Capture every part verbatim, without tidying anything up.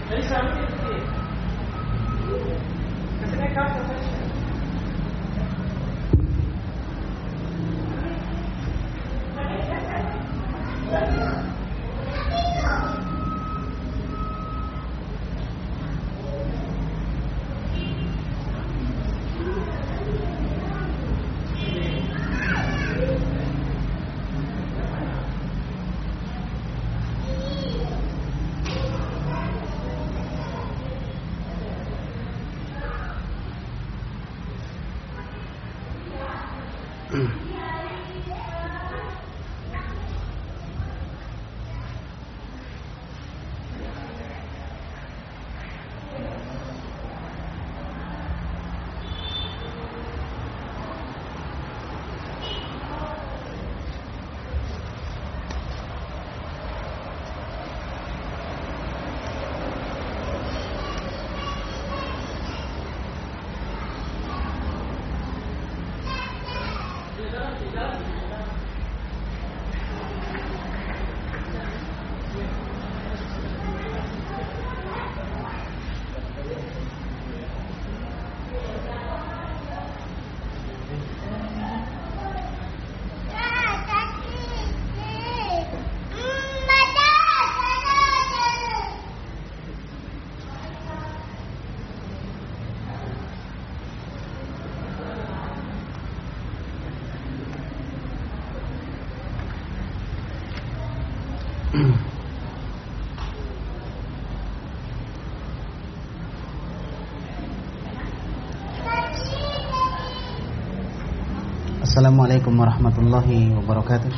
Assalamualaikum warahmatullahi wabarakatuh.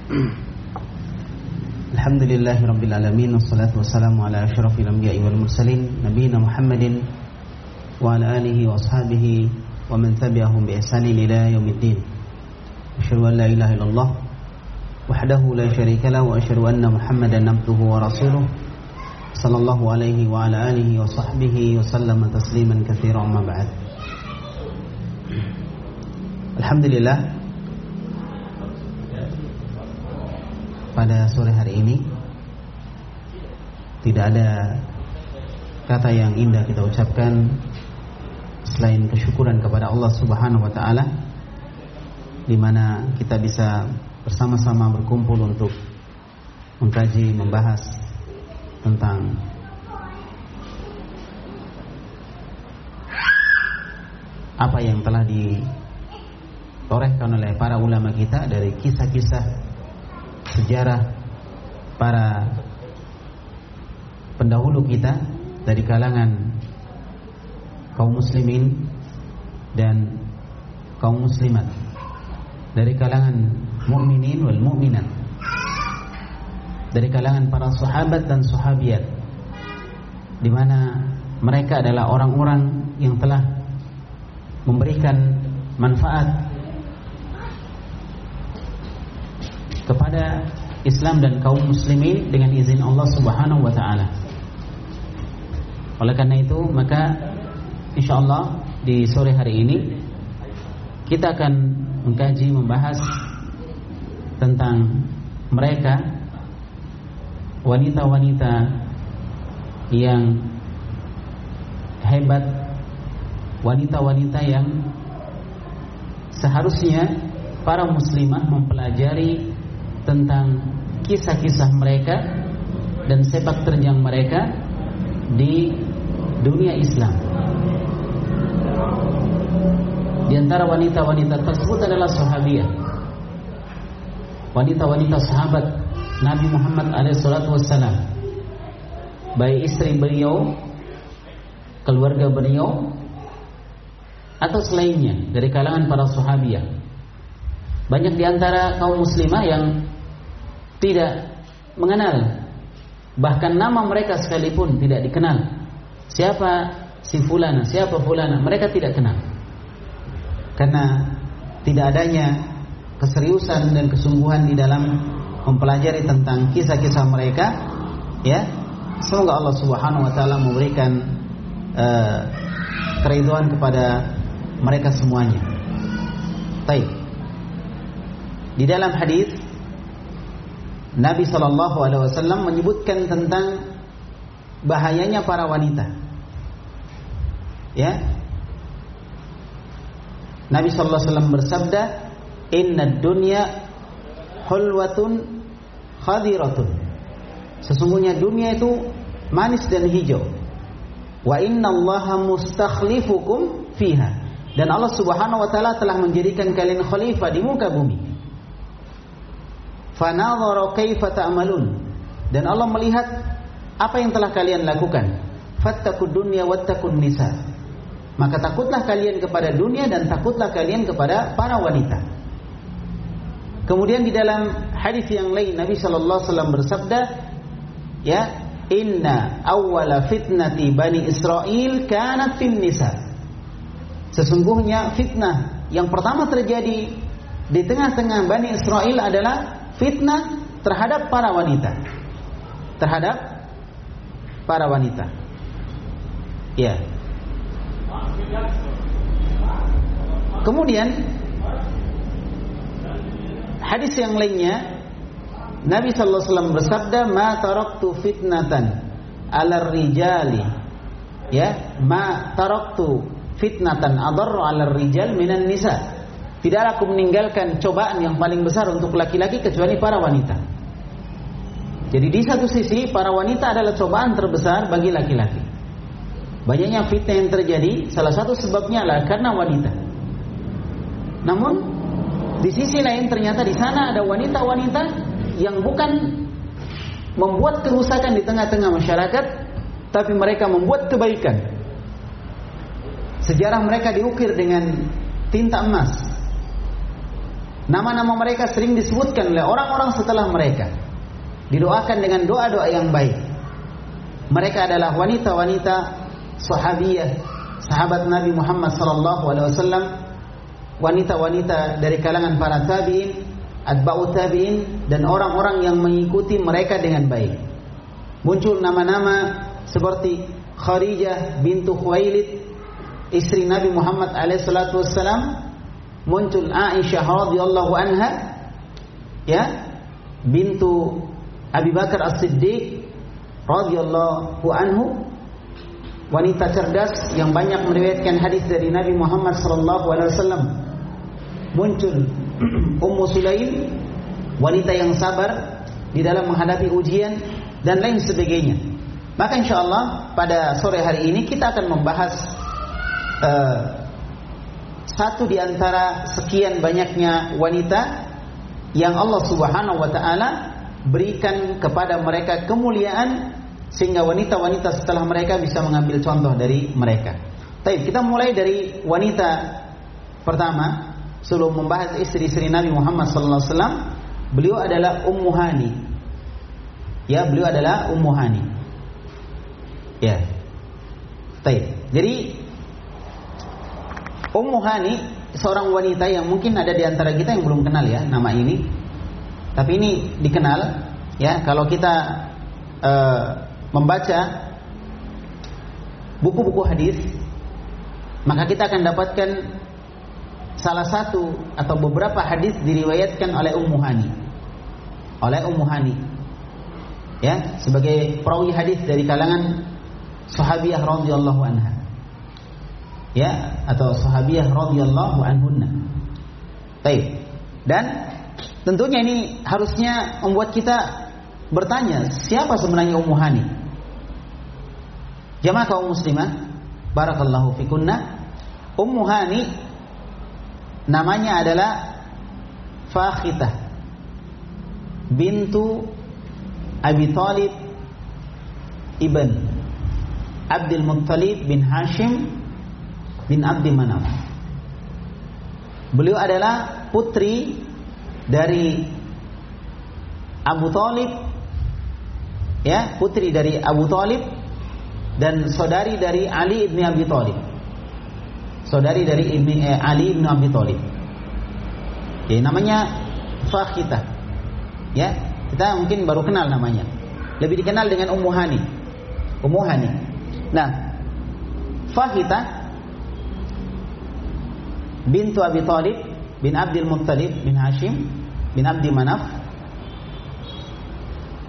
Alhamdulillahi rabbil alamin, wassalatu wassalamu ala asyrafil anbiya'i wal mursalin nabiyina Muhammadin wa ala alihi wa ashabihi wa man tabi'ahum bi ihsanin ila yaumiddin. Asyhadu an la ilaha illallah wahdahu la syarika lahu wa asyhadu anna Muhammadan abduhu wa rasuluh sallallahu alaihi wa ala alihi wa sahbihi wa sallama tasliman katsiran, amma ba'd. Alhamdulillah, pada sore hari ini tidak ada kata yang indah kita ucapkan selain kesyukuran kepada Allah Subhanahu wa taala, di mana kita bisa bersama-sama berkumpul untuk mengkaji, membahas tentang apa yang telah ditorehkan oleh para ulama kita dari kisah-kisah sejarah para pendahulu kita dari kalangan kaum muslimin dan kaum muslimat, dari kalangan mukminin wal mukminat, dari kalangan para sahabat dan sahabiat, di mana mereka adalah orang-orang yang telah memberikan manfaat kepada Islam dan kaum muslimin dengan izin Allah Subhanahu wa taala. Oleh karena itu, maka insyaallah di sore hari ini kita akan mengkaji, membahas tentang mereka, wanita-wanita yang hebat, wanita-wanita yang seharusnya para muslimah mempelajari tentang kisah-kisah mereka dan sepak terjang mereka di dunia Islam. Di antara wanita-wanita tersebut adalah sahabiyah, wanita-wanita sahabat Nabi Muhammad alaihi salatu wassalam, baik istri beliau, keluarga beliau, atau selainnya dari kalangan para sahabiyah. Banyak di antara kaum muslimah yang tidak mengenal, bahkan nama mereka sekalipun tidak dikenal. Siapa si fulana, siapa fulana, mereka tidak kenal, karena tidak adanya keseriusan dan kesungguhan di dalam mempelajari tentang kisah-kisah mereka. Ya, semoga Allah Subhanahu wa taala memberikan uh, keridhaan kepada mereka semuanya. Baik. Di dalam hadis Nabi sallallahu alaihi wasallam menyebutkan tentang bahayanya para wanita. Ya. Nabi sallallahu alaihi wasallam bersabda, "Innad dunya hulwatun khadiratun." Sesungguhnya dunia itu manis dan hijau. Wa innallaha mustakhlifukum fiha. Dan Allah Subhanahu wa taala telah menjadikan kalian khalifah di muka bumi. Fa nadhara kaifa ta'malun. Dan Allah melihat apa yang telah kalian lakukan. Fattaqud dunya wattaqun nisa. Maka takutlah kalian kepada dunia dan takutlah kalian kepada para wanita. Kemudian di dalam hadis yang lain Nabi sallallahu alaihi wasallam bersabda, ya, inna awwala fitnati bani Israil kanat fin nisa. Sesungguhnya fitnah yang pertama terjadi di tengah-tengah Bani Israel adalah fitnah terhadap para wanita. Terhadap para wanita. Ya. Kemudian hadis yang lainnya Nabi sallallahu alaihi wasallam bersabda, "Ma taraktu fitnatan 'alar rijali." Ya, ma taraktu fitnatan adarru 'alar rijal minan nisa. Tidaklah aku meninggalkan cobaan yang paling besar untuk laki-laki kecuali para wanita. Jadi di satu sisi para wanita adalah cobaan terbesar bagi laki-laki. Banyaknya fitnah yang terjadi, salah satu sebabnya adalah karena wanita. Namun di sisi lain ternyata di sana ada wanita-wanita yang bukan membuat kerusakan di tengah-tengah masyarakat, tapi mereka membuat kebaikan. Sejarah mereka diukir dengan tinta emas. Nama-nama mereka sering disebutkan oleh orang-orang setelah mereka. Didoakan dengan doa-doa yang baik. Mereka adalah wanita-wanita sahabiyah, sahabat Nabi Muhammad sallallahu alaihi wasallam, wanita-wanita dari kalangan para tabi'in, atba'ut tabi'in, dan orang-orang yang mengikuti mereka dengan baik. Muncul nama-nama seperti Khadijah bintu Khuwailid, istri Nabi Muhammad alaihi salatu wassalam. Muncul Aisyah radhiyallahu anha, ya, bintu Abi Bakar As-Siddiq radhiyallahu anhu, wanita cerdas yang banyak meriwayatkan hadis dari Nabi Muhammad sallallahu alaihi wasallam. Muncul Ummu Sulaim, wanita yang sabar di dalam menghadapi ujian dan lain sebagainya. Maka insyaallah pada sore hari ini kita akan membahas uh, satu di antara sekian banyaknya wanita yang Allah Subhanahu wa taala berikan kepada mereka kemuliaan sehingga wanita-wanita setelah mereka bisa mengambil contoh dari mereka. Baik, kita mulai dari wanita pertama sebelum membahas istri-istri Nabi Muhammad sallallahu alaihi wasallam. Beliau adalah Ummu Hani. Ya, beliau adalah Ummu Hani. Ya. Baik. Jadi Ummu Hani seorang wanita yang mungkin ada di antara kita yang belum kenal ya nama ini. Tapi ini dikenal ya kalau kita uh, membaca buku-buku hadis, maka kita akan dapatkan salah satu atau beberapa hadis diriwayatkan oleh Ummu Hani. Oleh Ummu Hani. Ya, sebagai perawi hadis dari kalangan sahabiyah radhiyallahu anha. Ya, atau sahabiyah radhiyallahu anhunna. Baik. Dan tentunya ini harusnya membuat kita bertanya, siapa sebenarnya Ummu Hani? Jamaah kaum muslimah, barakallahu fikunna. Ummu Hani namanya adalah Fakhitah bintu Abi Thalib ibn Abdul Muttalib bin Hashim bin Abdi Manaf. Beliau adalah putri dari Abu Thalib, ya, putri dari Abu Thalib dan saudari dari Ali ibn Abi Thalib. Saudari dari ibni, eh, Ali ibn Abi Thalib. Ya, namanya Fakhitah. Ya, kita mungkin baru kenal namanya. Lebih dikenal dengan Ummu Hani. Ummu Hani. Nah, Fakhitah bintu Abi Thalib bin Abdul Muttalib bin Hashim bin Abdi Manaf.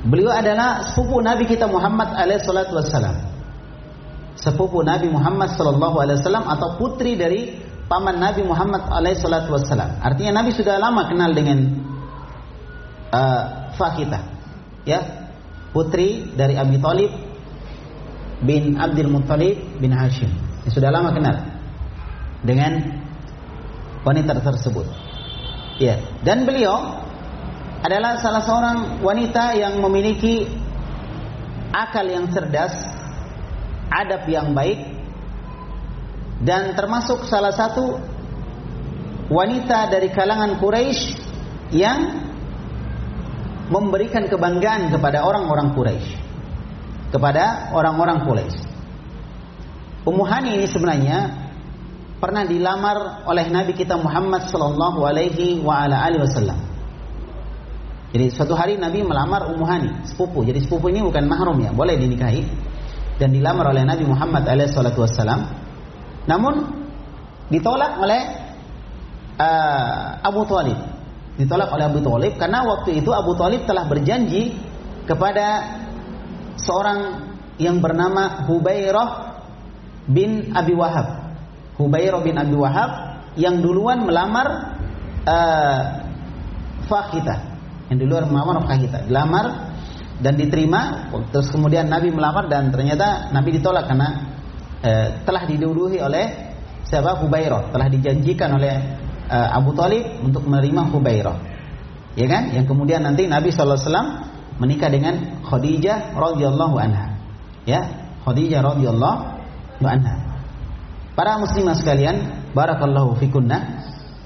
Beliau adalah sepupu Nabi kita Muhammad alaihi salatu wassalam. Sepupu Nabi Muhammad sallallahu alaihi wasallam atau putri dari paman Nabi Muhammad alaihi salatu wassalam. Artinya Nabi sudah lama kenal dengan uh, Fakhitah. Ya, putri dari Abi Thalib bin Abdul Muttalib bin Hashim. Sudah lama kenal dengan wanita tersebut. Ya, dan beliau adalah salah seorang wanita yang memiliki akal yang cerdas, adab yang baik, dan termasuk salah satu wanita dari kalangan Quraisy yang memberikan kebanggaan kepada orang-orang Quraisy, kepada orang-orang Quraisy. Ummu Hani ini sebenarnya pernah dilamar oleh Nabi kita Muhammad sallallahu alaihi wa ala alihi wasallam. Jadi suatu hari Nabi melamar Ummu Hani, sepupu. Jadi sepupu ini bukan mahram ya, boleh dinikahi, dan dilamar oleh Nabi Muhammad alaihi salatu wassalam. Namun ditolak oleh uh, Abu Thalib. Ditolak oleh Abu Thalib karena waktu itu Abu Thalib telah berjanji kepada seorang yang bernama Hubairah bin Abi Wahab. Hubairah bin Abi Wahab yang duluan melamar uh, Fakhitah. Yang duluan melamar Fakhitah, dilamar dan diterima. Terus kemudian Nabi melamar dan ternyata Nabi ditolak karena eh, telah diduduhi oleh siapa? Hubairah. Telah dijanjikan oleh eh, Abu Thalib untuk menerima Hubairah, ya kan? Yang kemudian nanti Nabi sallallahu alaihi wasallam menikah dengan Khadijah radhiyallahu anha. Ya, Khadijah radhiyallahu anha. Para muslimah sekalian, barakallahu fikunna.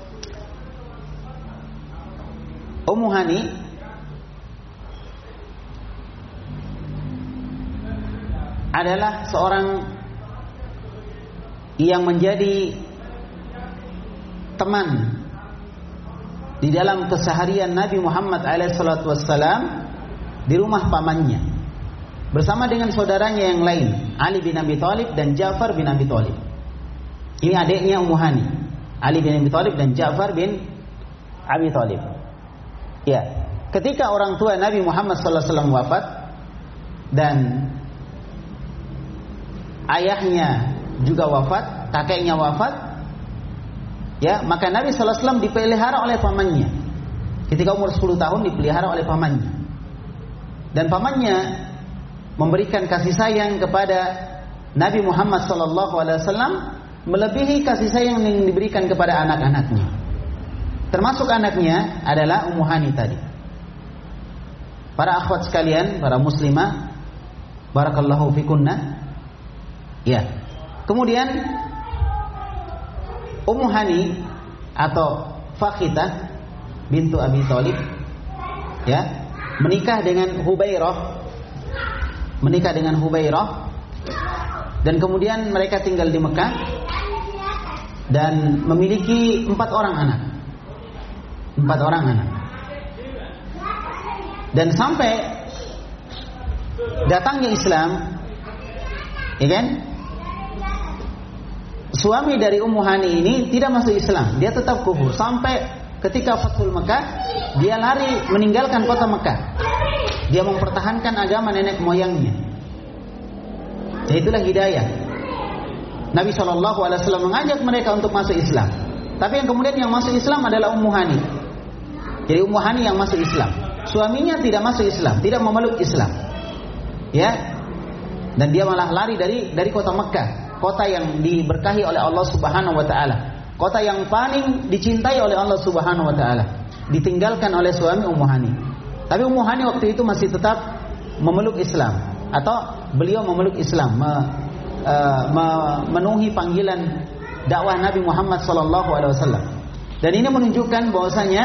Ummu Hani adalah seorang yang menjadi teman di dalam keseharian Nabi Muhammad alaihi salatu wassalam di rumah pamannya bersama dengan saudaranya yang lain, Ali bin Abi Thalib dan Ja'far bin Abi Thalib. Ini adiknya Ummu Hani, Ali bin Abi Thalib dan Ja'far bin Abi Thalib. Ya, ketika orang tua Nabi Muhammad sallallahu alaihi wasallam wafat dan ayahnya juga wafat, kakeknya wafat, ya, maka Nabi sallallahu alaihi wasallam dipelihara oleh pamannya. Ketika umur sepuluh tahun dipelihara oleh pamannya. Dan pamannya memberikan kasih sayang kepada Nabi Muhammad sallallahu alaihi wasallam melebihi kasih sayang yang diberikan kepada anak-anaknya. Termasuk anaknya adalah Ummu Hani tadi. Para akhwat sekalian, para muslimah, barakallahu fikunna. Ya. Kemudian Ummu Hani atau Fakhitah bintu Abi Thalib, ya, menikah dengan Hubairah. Menikah dengan Hubairah dan kemudian mereka tinggal di Mekah dan memiliki empat orang anak. Empat orang anak. Dan sampai datangnya Islam, ya kan? Suami dari Ummu Hani ini tidak masuk Islam, dia tetap kufur sampai ketika Fathul Mekah dia lari meninggalkan kota Mekah. Dia mempertahankan agama nenek moyangnya. Jadi itulah hidayah. Nabi shallallahu alaihi wasallam mengajak mereka untuk masuk Islam. Tapi yang kemudian yang masuk Islam adalah Ummu Hani. Jadi Ummu Hani yang masuk Islam. Suaminya tidak masuk Islam, tidak memeluk Islam. Ya. Dan dia malah lari dari dari kota Mekah, kota yang diberkahi oleh Allah Subhanahu wa taala, kota yang paling dicintai oleh Allah Subhanahu wa taala. Ditinggalkan oleh suami Ummu Hani. Tapi Ummu Hani waktu itu masih tetap memeluk Islam atau beliau memeluk Islam, me, uh, memenuhi panggilan dakwah Nabi Muhammad sallallahu alaihi wasallam. Dan ini menunjukkan bahwasanya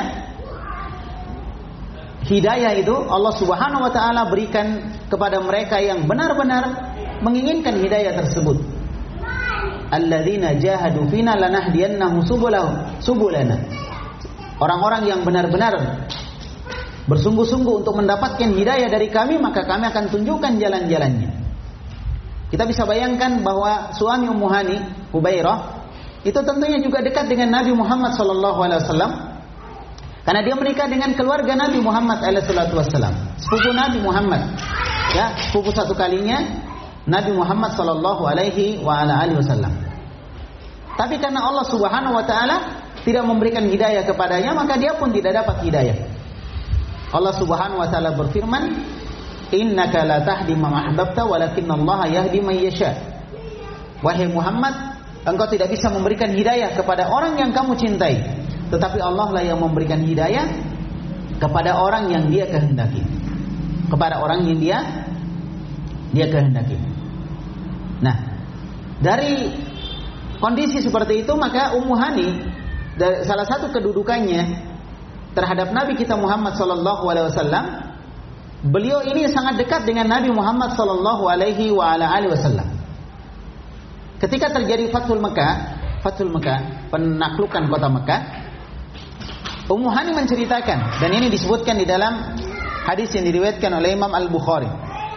hidayah itu Allah Subhanahu wa taala berikan kepada mereka yang benar-benar menginginkan hidayah tersebut. Alladzina jahadu fina lanahdiyannahum subulana. Orang-orang yang benar-benar bersungguh-sungguh untuk mendapatkan hidayah dari kami, maka kami akan tunjukkan jalan-jalannya. Kita bisa bayangkan bahwa suami Ummu Hani, Hubairah, itu tentunya juga dekat dengan Nabi Muhammad sallallahu alaihi wasallam karena dia menikah dengan keluarga Nabi Muhammad alaihi wasallam. sepupu Nabi Muhammad. Ya, sepupu satu kalinya Nabi Muhammad sallallahu alaihi wa ala alihi wasallam. Tapi karena Allah Subhanahu wa taala tidak memberikan hidayah kepadanya, maka dia pun tidak dapat hidayah. Allah Subhanahu wa taala berfirman, "Innaka la tahdi man ahbabta walakinallaha yahdi man yasha." Wahai Muhammad, engkau tidak bisa memberikan hidayah kepada orang yang kamu cintai, tetapi Allah lah yang memberikan hidayah kepada orang yang Dia kehendaki. Kepada orang yang Dia Dia kehendaki. Nah, dari kondisi seperti itu maka Ummu Hani, salah satu kedudukannya terhadap Nabi kita Muhammad sallallahu alaihi wasallam, beliau ini sangat dekat dengan Nabi Muhammad sallallahu alaihi wa ala alihi wasallam. Ketika terjadi Fathul Mekah, Fathul Mekah, penaklukan kota Mekah, Ummu Hani menceritakan, dan ini disebutkan di dalam hadis yang diriwayatkan oleh Imam Al-Bukhari.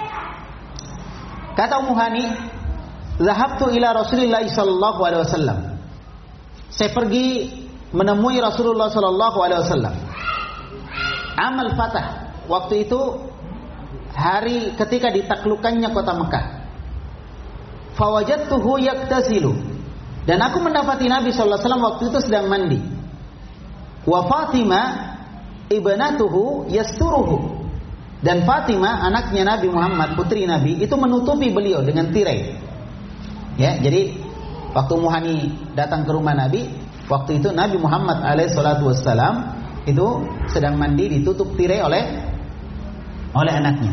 Kata Ummu Hani, "Zahabtu ila Rasulillah sallallahu alaihi wasallam." Saya pergi menemui Rasulullah sallallahu alaihi wasallam. Amal Fatah, waktu itu hari ketika ditaklukkannya kota Mekah. Fawajadtuhu yaktasilu, dan aku mendapati Nabi sallallahu alaihi wasallam waktu itu sedang mandi. Wa Fatimah ibnatuhu yasturuhu, dan Fatimah anaknya Nabi Muhammad, putri Nabi, itu menutupi beliau dengan tirai. Ya, jadi waktu Ummu Hani datang ke rumah Nabi, waktu itu Nabi Muhammad alaihi salatu wassalam itu sedang mandi, ditutup tirai oleh oleh anaknya.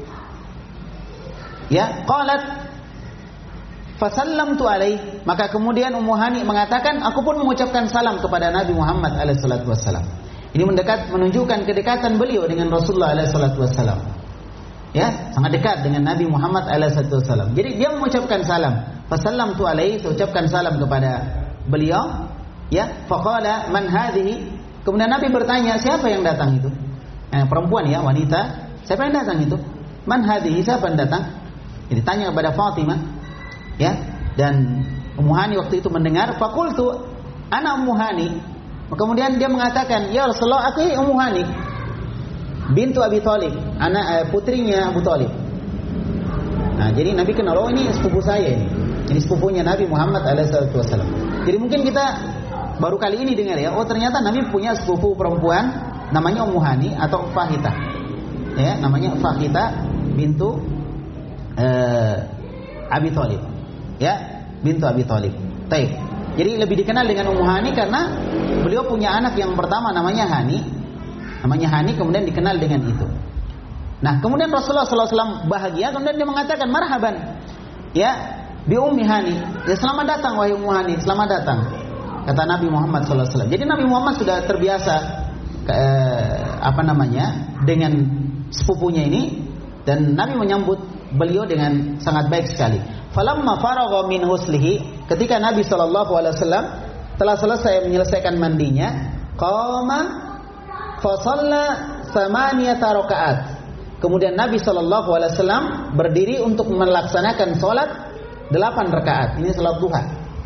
Ya, qalat fasallamtu alaihi, maka kemudian Ummu Hani mengatakan, aku pun mengucapkan salam kepada Nabi Muhammad alaihi salatu wassalam. Ini mendekat, menunjukkan kedekatan beliau dengan Rasulullah alaihi salatu wassalam. Ya, sangat dekat dengan Nabi Muhammad alaihi salatu wassalam. Jadi dia mengucapkan salam. Fasallamtu alaihi, ucapkan salam kepada beliau. Ya, faqala man hadhihi. Kemudian Nabi bertanya, siapa yang datang itu? Eh, perempuan ya, wanita. Siapa yang datang itu? Man hadhihi, siapa yang datang? Jadi tanya kepada Fatimah. Ya, dan Ummu Hani waktu itu mendengar, faqultu ana Ummu Hani. Kemudian dia mengatakan, ya Rasulullah, aku ini Ummu Hani bintu Abi Thalib, anak eh, putrinya Abu Thalib. Nah, jadi Nabi kenal, oh ini sepupu saya ini. Ini sepupunya Nabi Muhammad alaihi wasallam. Jadi mungkin kita baru kali ini dengar ya, oh ternyata Nabi punya sepupu perempuan namanya Ummu Hani atau Fahita. Ya, namanya Fahita bintu eh, Abi Thalib. Ya, bintu Abi Thalib. Baik. Jadi lebih dikenal dengan Ummu Hani karena beliau punya anak yang pertama namanya Hani. Namanya Hani, kemudian dikenal dengan itu. Nah, kemudian Rasulullah sallallahu alaihi wasallam bahagia, kemudian dia mengatakan marhaban. Ya, bi ummi Hani. Ya, selamat datang wahai Ummu Hani, selamat datang. Kata Nabi Muhammad sallallahu alaihi wasallam. Jadi Nabi Muhammad sudah terbiasa eh, apa namanya? dengan sepupunya ini, dan Nabi menyambut beliau dengan sangat baik sekali. Falamma faragha min huslihi, ketika Nabi sallallahu alaihi wasallam telah selesai menyelesaikan mandinya, qama fa shalla thamaniyata rakaat. Kemudian Nabi sallallahu alaihi wasallam berdiri untuk melaksanakan salat delapan rakaat. Ini salat duha.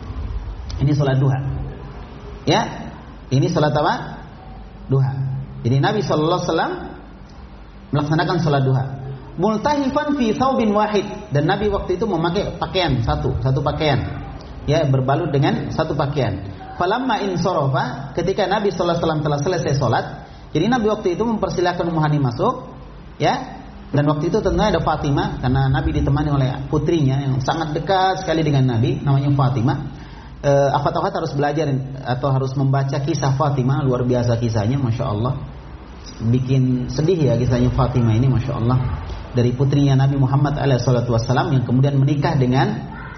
Ini salat duha. Ya, ini salat apa? Duha. Jadi Nabi sallallahu alaihi wasallam melaksanakan salat duha. Multahifan fi thawbin wahid, dan Nabi waktu itu memakai pakaian satu, satu pakaian. Ya, berbalut dengan satu pakaian. Falamma insarafa, ketika Nabi sallallahu alaihi wasallam telah selesai salat, jadi Nabi waktu itu mempersilahkan Ummu Hani masuk, ya. Dan waktu itu tentunya ada Fatimah, karena Nabi ditemani oleh putrinya yang sangat dekat sekali dengan Nabi, namanya Fatimah. E, Akhwat-akhwat harus belajar atau harus membaca kisah Fatimah, luar biasa kisahnya, masya Allah. Bikin sedih ya kisahnya Fatimah ini, masya Allah. Dari putrinya Nabi Muhammad alaihi salatu wassalam yang kemudian menikah dengan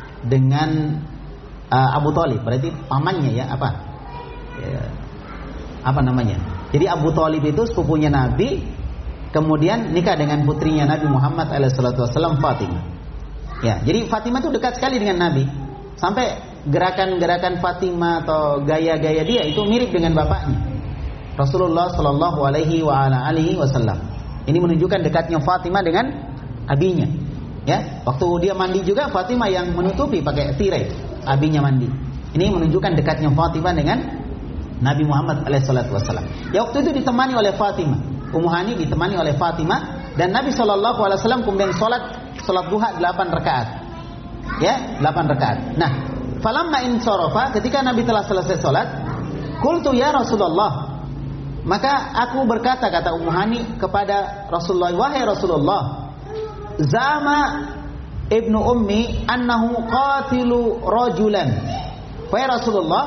dengan uh, Abu Thalib, berarti pamannya ya, apa ya, apa namanya. Jadi Abu Thalib itu sepupunya Nabi, kemudian nikah dengan putrinya Nabi Muhammad alaihi salatu wassalam, Fatimah. Ya, jadi Fatimah itu dekat sekali dengan Nabi, sampai gerakan-gerakan Fatimah atau gaya-gaya dia itu mirip dengan bapaknya Rasulullah sallallahu alaihi wa ala alihi wasallam. Ini menunjukkan dekatnya Fatimah dengan abinya. Ya, waktu dia mandi juga Fatimah yang menutupi pakai tirai abinya mandi. Ini menunjukkan dekatnya Fatimah dengan Nabi Muhammad alaihi salatu wasallam. Ya, waktu itu ditemani oleh Fatimah. Ummu Hani ditemani oleh Fatimah dan Nabi shallallahu alaihi wasallam kemudian sholat sholat duha delapan rakaat. Ya, delapan rakaat. Nah, falamma insarafa, ketika Nabi telah selesai sholat, qultu ya Rasulullah, maka aku berkata, kata Ummu Hani kepada Rasulullah, wahai Rasulullah, zama ibnu ummi annahu qatilu rajulan. Wahai Rasulullah,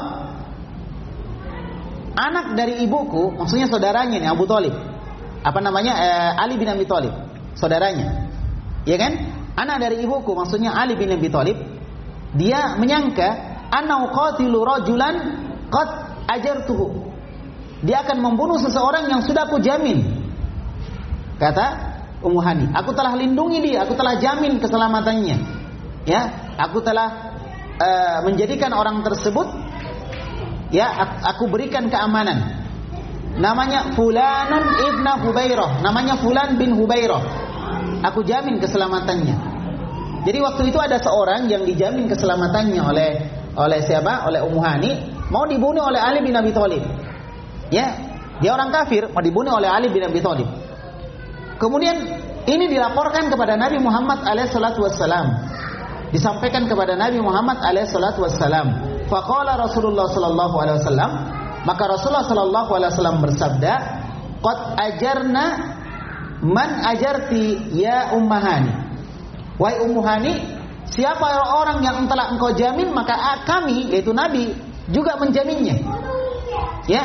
anak dari ibuku, maksudnya saudaranya nih, Abu Thalib, apa namanya, eh, Ali bin Abi Thalib, saudaranya, ya kan? Anak dari ibuku, maksudnya Ali bin Abi Thalib, dia menyangka annahu qatilu rajulan qad ajartuhu, dia akan membunuh seseorang yang sudah aku jamin. Kata Ummu Hani, aku telah lindungi dia, aku telah jamin keselamatannya, ya, aku telah uh, menjadikan orang tersebut, ya, aku berikan keamanan. Namanya Fulanan ibna Hubairah, namanya Fulan bin Hubairah, aku jamin keselamatannya. Jadi waktu itu ada seorang yang dijamin keselamatannya oleh oleh siapa? Oleh Ummu Hani, mau dibunuh oleh Ali bin Abi Thalib. Ya, dia orang kafir, mau dibunuh oleh Ali bin Abi Thalib. Kemudian ini dilaporkan kepada Nabi Muhammad alaihi salatu wassalam, disampaikan kepada Nabi Muhammad alaihi salatu wassalam. Faqala Rasulullah sallallahu alaihi wasallam, maka Rasulullah sallallahu alaihi wasallam bersabda, qad ajarna man ajarti ya Ummu Hani. Wahai Ummu Hani, siapa orang yang telah engkau jamin, maka kami, yaitu Nabi, juga menjaminnya. Ya.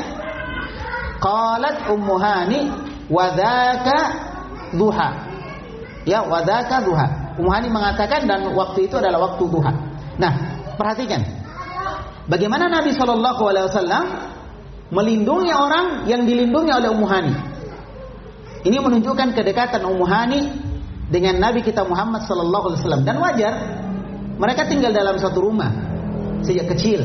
Qalat Ummu Hani, wa dzaka duha. Ya, wa dzaka duha. Ummu Hani mengatakan, dan waktu itu adalah waktu duha. Nah, perhatikan bagaimana Nabi shallallahu alaihi wasallam melindungi orang yang dilindungi oleh Ummu Hani. Ini menunjukkan kedekatan Ummu Hani dengan Nabi kita Muhammad shallallahu alaihi wasallam. Dan wajar, mereka tinggal dalam satu rumah sejak kecil.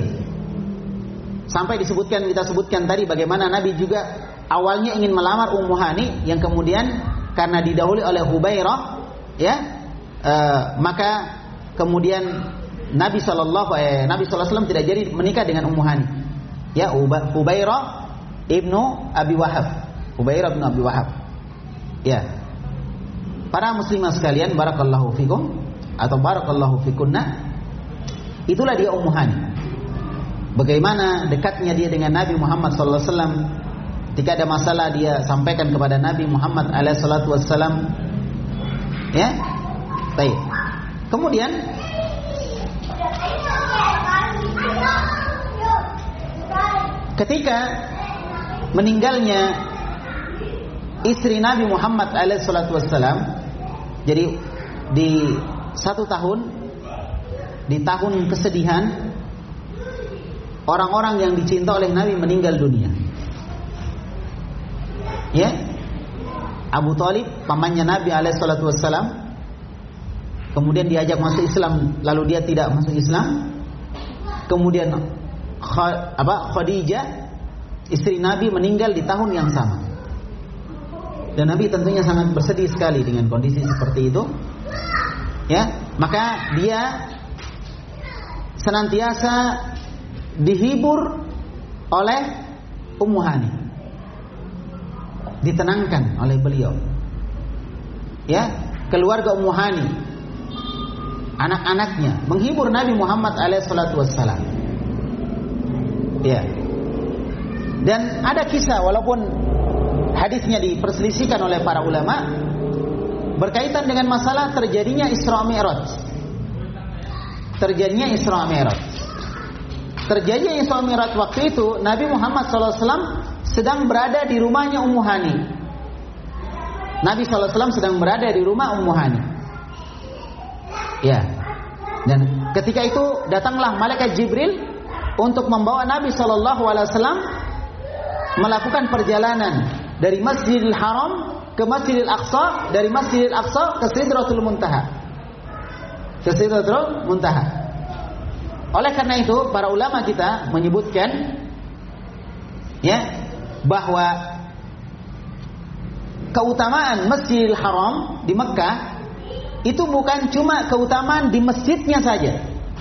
Sampai disebutkan, kita sebutkan tadi bagaimana Nabi juga awalnya ingin melamar Ummu Hani, yang kemudian karena didahului oleh Hubairah, ya, e, maka kemudian Nabi Shallallahu eh, Nabi Sallallahu Alaihi Wasallam tidak jadi menikah dengan Ummu Hani. Ya, Hubairah ibnu Abi Wahab, Hubairah ibnu Abi Wahab. Ya, para muslimah sekalian, barakallahu fikum atau barakallahu fikunna, itulah dia Ummu Hani. Bagaimana dekatnya dia dengan Nabi Muhammad sallallahu alaihi wasallam. Ketika ada masalah, dia sampaikan kepada Nabi Muhammad alaihi salatu wasallam. Ya. Baik. Kemudian ketika meninggalnya istri Nabi Muhammad alaihi salatu wasallam, jadi di satu tahun, di tahun kesedihan, orang-orang yang dicinta oleh Nabi meninggal dunia. Ya, Abu Thalib, pamannya Nabi alaihi salatu wassalam, kemudian diajak masuk Islam, lalu dia tidak masuk Islam. Kemudian apa, Khadijah, istri Nabi, meninggal di tahun yang sama. Dan Nabi tentunya sangat bersedih sekali dengan kondisi seperti itu. Ya, maka dia senantiasa dihibur oleh Ummu Hani, ditenangkan oleh beliau. Ya, keluarga Ummu Hani, anak-anaknya menghibur Nabi Muhammad alaihi salatu wassalam. Ya. Dan ada kisah, walaupun hadisnya diperselisihkan oleh para ulama, berkaitan dengan masalah terjadinya Isra Mi'raj. Terjadinya Isra Mi'raj. Terjadinya Isra Mi'raj waktu itu Nabi Muhammad sallallahu alaihi wasallam sedang berada di rumahnya Ummu Hani. Nabi sallallahu alaihi wasallam sedang berada di rumah Ummu Hani. Ya. Dan ketika itu datanglah malaikat Jibril untuk membawa Nabi sallallahu alaihi wasallam melakukan perjalanan dari Masjidil Haram ke Masjidil Aqsa, dari Masjidil Aqsa ke Sidratul Muntaha. Ke Sidratul Muntaha. Oleh karena itu, para ulama kita menyebutkan, ya, bahwa keutamaan Masjidil Haram di Mekah itu bukan cuma keutamaan di masjidnya saja,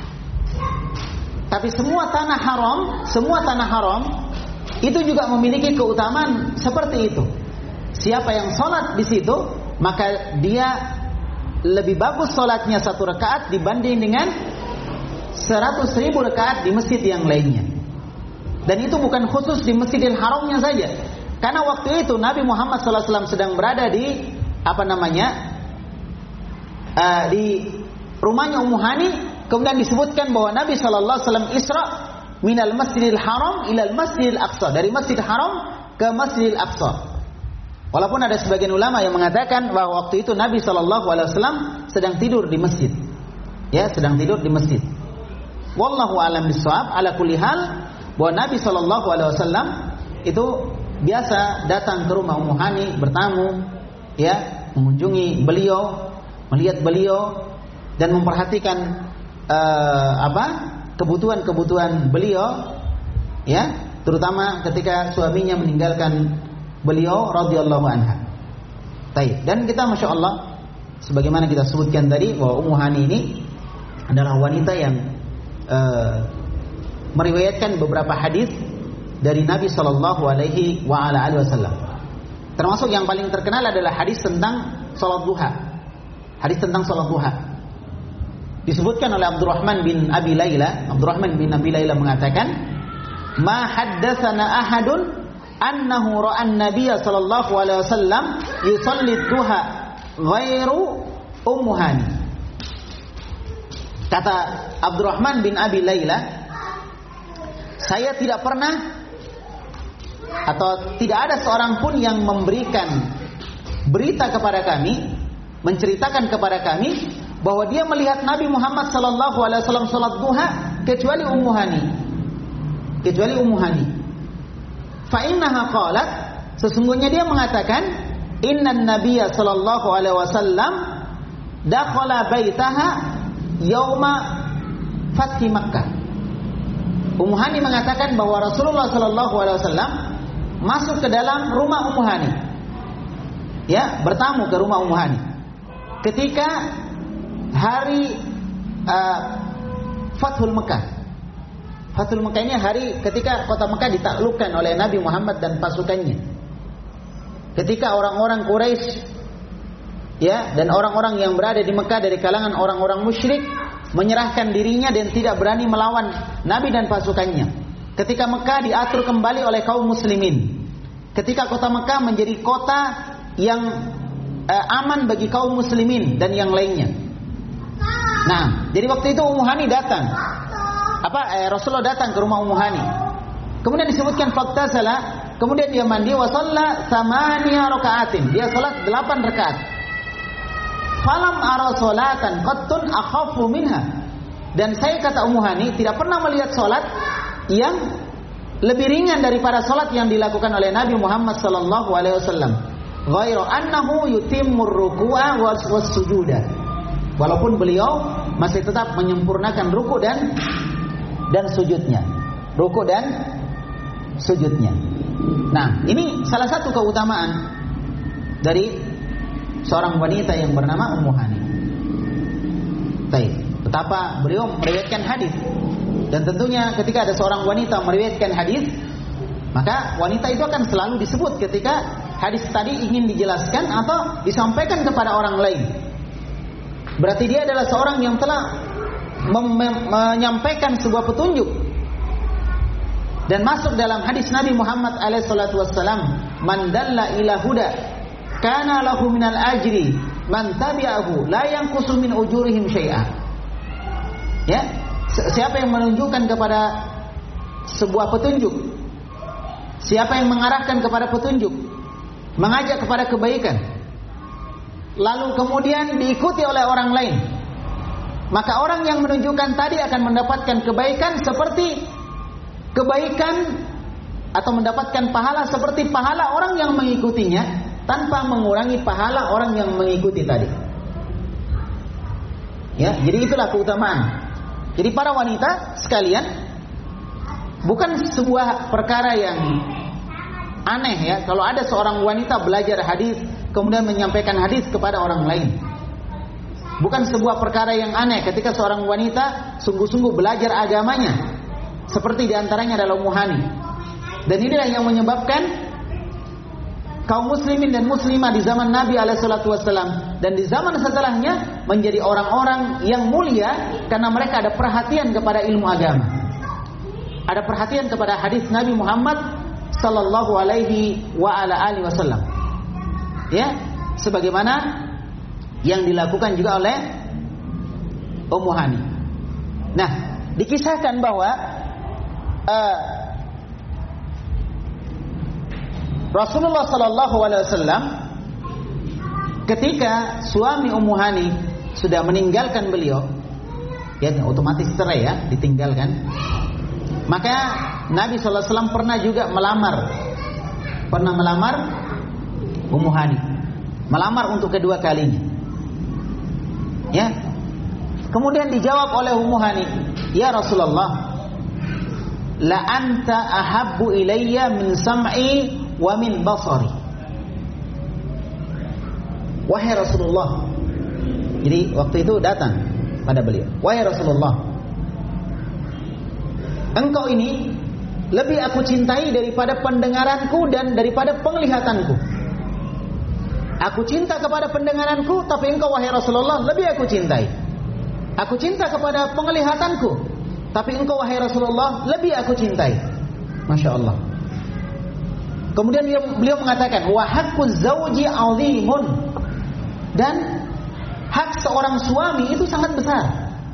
tapi semua tanah haram, semua tanah haram itu juga memiliki keutamaan seperti itu. Siapa yang sholat di situ, maka dia lebih bagus sholatnya satu rakaat dibanding dengan seratus ribu rakaat di masjid yang lainnya. Dan itu bukan khusus di Masjidil Haramnya saja, karena waktu itu Nabi Muhammad shallallahu alaihi wasallam sedang berada di apa namanya uh, di rumahnya Ummu Hani. Kemudian disebutkan bahwa Nabi shallallahu alaihi wasallam Isra minal Masjidil Haram ilal Masjidil Aqsa, dari Masjidil Haram ke Masjidil Aqsa. Walaupun ada sebagian ulama yang mengatakan bahwa waktu itu Nabi shallallahu alaihi wasallam sedang tidur di masjid, ya, sedang tidur di masjid. Wallahu a'lam bishawab. Ala kulli hal, bahwa Nabi shallallahu alaihi wasallam itu biasa datang ke rumah Ummu Hani bertamu, ya, mengunjungi beliau, melihat beliau dan memperhatikan uh, apa kebutuhan-kebutuhan beliau, ya, terutama ketika suaminya meninggalkan beliau radhiyallahu anha. Baik, dan kita masya Allah, sebagaimana kita sebutkan tadi bahwa Ummu Hani ini adalah wanita yang uh, meriwayatkan beberapa hadis dari Nabi Shallallahu Alaihi Wasallam. Termasuk yang paling terkenal adalah hadis tentang salat duha. Hadis tentang salat duha disebutkan oleh Abdurrahman bin Abi Layla. Abdurrahman bin Abi Layla mengatakan, "Ma haddatsana ahadun annahu ra'an Nabiyya sallallahu alaihi wasallam yusalli duha ghairu Ummu Hani." Kata Abdurrahman bin Abi Layla, saya tidak pernah atau tidak ada seorang pun yang memberikan berita kepada kami, menceritakan kepada kami bahwa dia melihat Nabi Muhammad sallallahu alaihi wasallam salat duha kecuali Ummu Hani. Kecuali Ummu Hani. Fa innaha qalat, sesungguhnya dia mengatakan, innan nabiyya sallallahu alaihi wasallam dakhala baitaha yauma fathi Makkah. Ummu Hani mengatakan bahwa Rasulullah sallallahu alaihi wasallam masuk ke dalam rumah Ummu Hani, ya, bertamu ke rumah Ummu Hani ketika hari uh, Fathul Mekah. Fathul Mekah ini hari ketika kota Mekah ditaklukkan oleh Nabi Muhammad dan pasukannya. Ketika orang-orang Quraisy, ya, dan orang-orang yang berada di Mekah dari kalangan orang-orang musyrik menyerahkan dirinya dan tidak berani melawan Nabi dan pasukannya. Ketika Mekah diatur kembali oleh kaum muslimin. Ketika kota Mekah menjadi kota yang eh, aman bagi kaum muslimin dan yang lainnya. Nah, jadi waktu itu Ummu Hani datang. Apa eh, Rasulullah datang ke rumah Ummu Hani. Kemudian disebutkan faktasala, kemudian dia mandi wa shalla thamaniya raka'atin. Dia salat delapan rakaat. Falam ara salatan qattun akhafu minha. Dan saya, kata Ummu Hani, tidak pernah melihat salat yang lebih ringan daripada salat yang dilakukan oleh Nabi Muhammad sallallahu alaihi wasallam. Ghairu annahu yutimmur ruku'a was sujuda. Walaupun beliau masih tetap menyempurnakan ruku dan dan sujudnya. Ruku dan sujudnya. Nah, ini salah satu keutamaan dari seorang wanita yang bernama Ummu Hani. Baik, betapa beliau meriwayatkan hadis. Dan tentunya ketika ada seorang wanita meriwayatkan hadis, maka wanita itu akan selalu disebut ketika hadis tadi ingin dijelaskan atau disampaikan kepada orang lain. Berarti dia adalah seorang yang telah mem- mem- menyampaikan sebuah petunjuk. Dan masuk dalam hadis Nabi Muhammad alaihi salatu wassalam, "Man dalla ila huda kana lahu minal ajri man tabi'ahu la yanqusu min ujurihim syai'a." Ya, siapa yang menunjukkan kepada sebuah petunjuk, siapa yang mengarahkan kepada petunjuk, mengajak kepada kebaikan, lalu kemudian diikuti oleh orang lain, maka orang yang menunjukkan tadi akan mendapatkan kebaikan seperti kebaikan atau mendapatkan pahala seperti pahala orang yang mengikutinya, tanpa mengurangi pahala orang yang mengikuti tadi. Ya, jadi itulah keutamaan. Jadi para wanita sekalian, bukan sebuah perkara yang aneh ya kalau ada seorang wanita belajar hadis kemudian menyampaikan hadis kepada orang lain. Bukan sebuah perkara yang aneh ketika seorang wanita sungguh-sungguh belajar agamanya, seperti diantaranya adalah Ummu Hani. Dan inilah yang menyebabkan kaum muslimin dan muslimah di zaman Nabi alaihi salatu wasallam dan di zaman setelahnya menjadi orang-orang yang mulia karena mereka ada perhatian kepada ilmu agama. Ada perhatian kepada hadis Nabi Muhammad sallallahu alaihi wa ala alihi wasallam. Ya, sebagaimana yang dilakukan juga oleh Ummu Hani. Nah, dikisahkan bahwa uh, Rasulullah sallallahu alaihi wasallam ketika suami Ummu Hani sudah meninggalkan beliau, ya otomatis cerai ya, ditinggalkan. Maka Nabi sallallahu alaihi wasallam pernah juga melamar, pernah melamar Ummu Hani, melamar untuk kedua kalinya. Ya. Kemudian dijawab oleh Ummu Hani, "Ya Rasulullah, la anta ahabbu ilayya min sam'i wa min basari." Wahai Rasulullah. Jadi waktu itu datang pada beliau, "Wahai Rasulullah, engkau ini lebih aku cintai daripada pendengaranku dan daripada penglihatanku. Aku cinta kepada pendengaranku, tapi engkau wahai Rasulullah lebih aku cintai. Aku cinta kepada penglihatanku, tapi engkau wahai Rasulullah lebih aku cintai." Masya Allah. Kemudian beliau, beliau mengatakan, "Wa haqquz zauji 'azimun." Dan hak seorang suami itu sangat besar.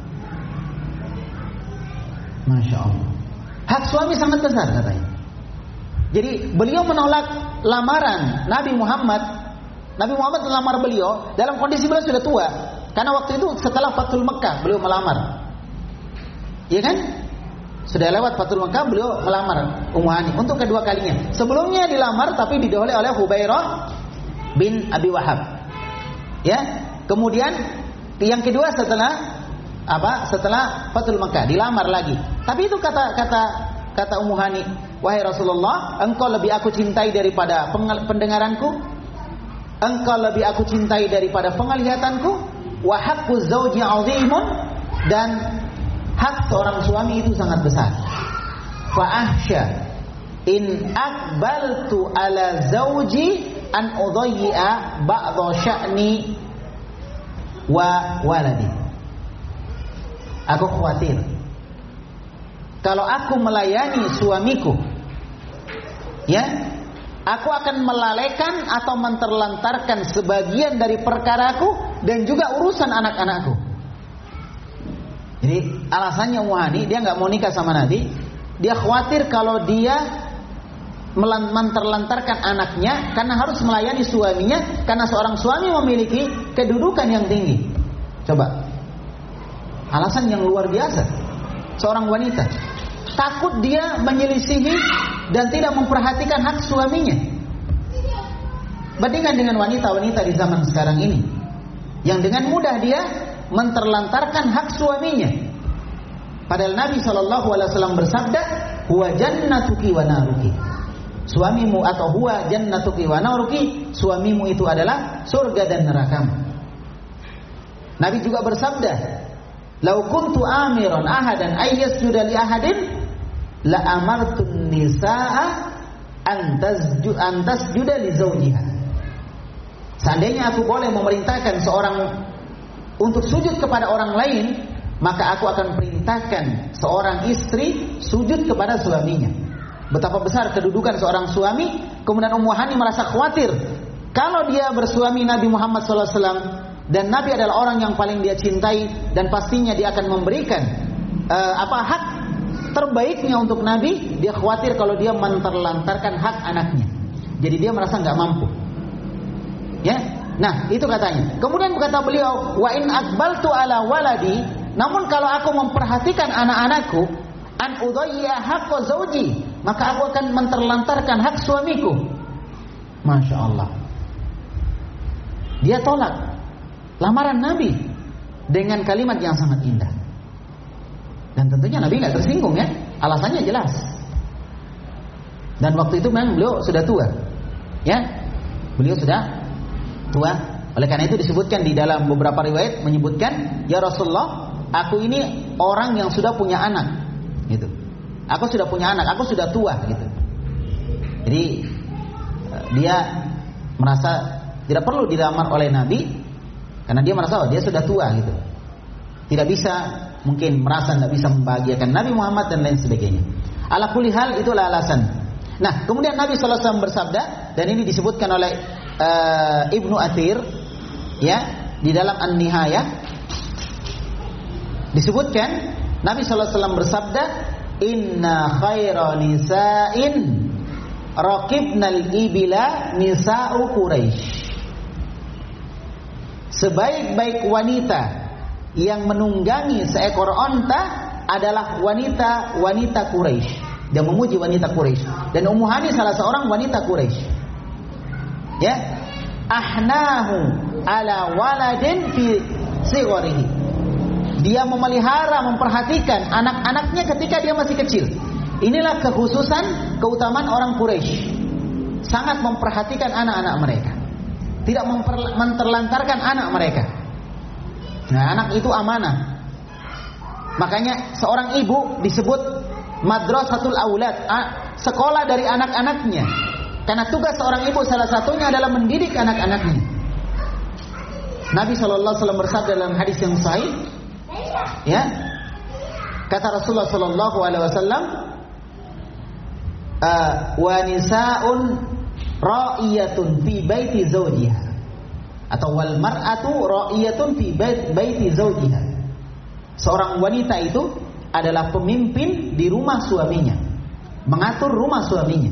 Masya Allah. Hak suami sangat besar katanya. Jadi beliau menolak lamaran Nabi Muhammad. Nabi Muhammad melamar beliau dalam kondisi beliau sudah tua. Karena waktu itu setelah Fathul Mekkah beliau melamar. Iya kan? Sudah lewat Fathul Mekkah beliau melamar Ummu Hani untuk kedua kalinya. Sebelumnya dilamar tapi didahului oleh Hubairah bin Abi Wahab. Ya. Kemudian yang kedua setelah apa? Setelah Fathul Mekkah dilamar lagi. Tapi itu kata kata kata Ummu Hani, "Wahai Rasulullah, engkau lebih aku cintai daripada pendengaranku, engkau lebih aku cintai daripada penglihatanku. Wa haqquz zauji 'azimun." Dan hak seorang suami itu sangat besar. Fa ahsya in aqbaltu ala zauji an udayya ba'dha sya'ni wa waladi. Aku khawatir kalau aku melayani suamiku, ya, aku akan melalaikan atau menterlantarkan sebagian dari perkaraku dan juga urusan anak-anakku. Jadi alasannya Ummu Hani, dia nggak mau nikah sama Nabi. Dia khawatir kalau dia menterlantarkan anaknya karena harus melayani suaminya, karena seorang suami memiliki kedudukan yang tinggi. Coba, alasan yang luar biasa. Seorang wanita takut dia menyelisihi dan tidak memperhatikan hak suaminya. Bandingkan dengan wanita-wanita di zaman sekarang ini yang dengan mudah dia menterlantarkan hak suaminya. Padahal Nabi shallallahu alaihi wasallam bersabda, "Huwa jannatuki wa naruki." Suamimu atau huwa jannatuki wa naruki, suamimu itu adalah surga dan nerakamu. Nabi juga bersabda, "Lau kuntu amiran ahadan ayyasjuda li ahadin la amartun nisaa an tasjuda li zawjiha." Seandainya aku boleh memerintahkan seorang untuk sujud kepada orang lain, maka aku akan perintahkan seorang istri sujud kepada suaminya. Betapa besar kedudukan seorang suami. Kemudian Ummu Hani merasa khawatir kalau dia bersuami Nabi Muhammad shallallahu alaihi wasallam dan Nabi adalah orang yang paling dia cintai dan pastinya dia akan memberikan uh, apa hak terbaiknya untuk Nabi. Dia khawatir kalau dia menterlantarkan hak anaknya. Jadi dia merasa nggak mampu. Ya, nah itu katanya. Kemudian berkata beliau, "Wa in aqbaltu ala waladi." Namun kalau aku memperhatikan anak-anakku, an udayya haqqa zauji, maka aku akan menterlantarkan hak suamiku. Masya Allah. Dia tolak lamaran Nabi dengan kalimat yang sangat indah. Dan tentunya Nabi nggak tersinggung ya. Alasannya jelas. Dan waktu itu memang beliau sudah tua. Ya. Beliau sudah tua. Oleh karena itu disebutkan di dalam beberapa riwayat menyebutkan, "Ya Rasulullah, aku ini orang yang sudah punya anak." Gitu. Aku sudah punya anak, aku sudah tua gitu. Jadi dia merasa tidak perlu dilamar oleh Nabi karena dia merasa oh, dia sudah tua gitu. Tidak bisa, mungkin merasa tidak bisa membahagiakan Nabi Muhammad dan lain sebagainya. Ala kulli hal itulah alasan. Nah, kemudian Nabi sallallahu alaihi wasallam bersabda, dan ini disebutkan oleh uh, Ibnu Athir, ya, di dalam An-Nihayah disebutkan Nabi sallallahu alaihi wasallam bersabda, "Inna khaira nisa'in raqibnal ibila nisa'u Quraisy." Sebaik-baik wanita yang menunggangi seekor onta adalah wanita-wanita Quraisy. Dia memuji wanita Quraisy. Dan Ummu Hani salah seorang wanita Quraisy. Ya, ahnahu ala waladin fi sigharihi. Dia memelihara, memperhatikan anak-anaknya ketika dia masih kecil. Inilah kekhususan, keutamaan orang Quraisy. Sangat memperhatikan anak-anak mereka. Tidak menterlantarkan anak mereka. Nah, anak itu amanah. Makanya seorang ibu disebut madrasatul aulad, sekolah dari anak-anaknya. Karena tugas seorang ibu salah satunya adalah mendidik anak-anaknya. Nabi sallallahu alaihi wasallam bersabda dalam hadis yang sahih, ya, kata Rasulullah sallallahu alaihi wasallam, wa nisaun ra'iyatun fi baiti zawjiha, atau wal mar'atu ra'iyatun fi baiti zawjiha. Seorang wanita itu adalah pemimpin di rumah suaminya, mengatur rumah suaminya.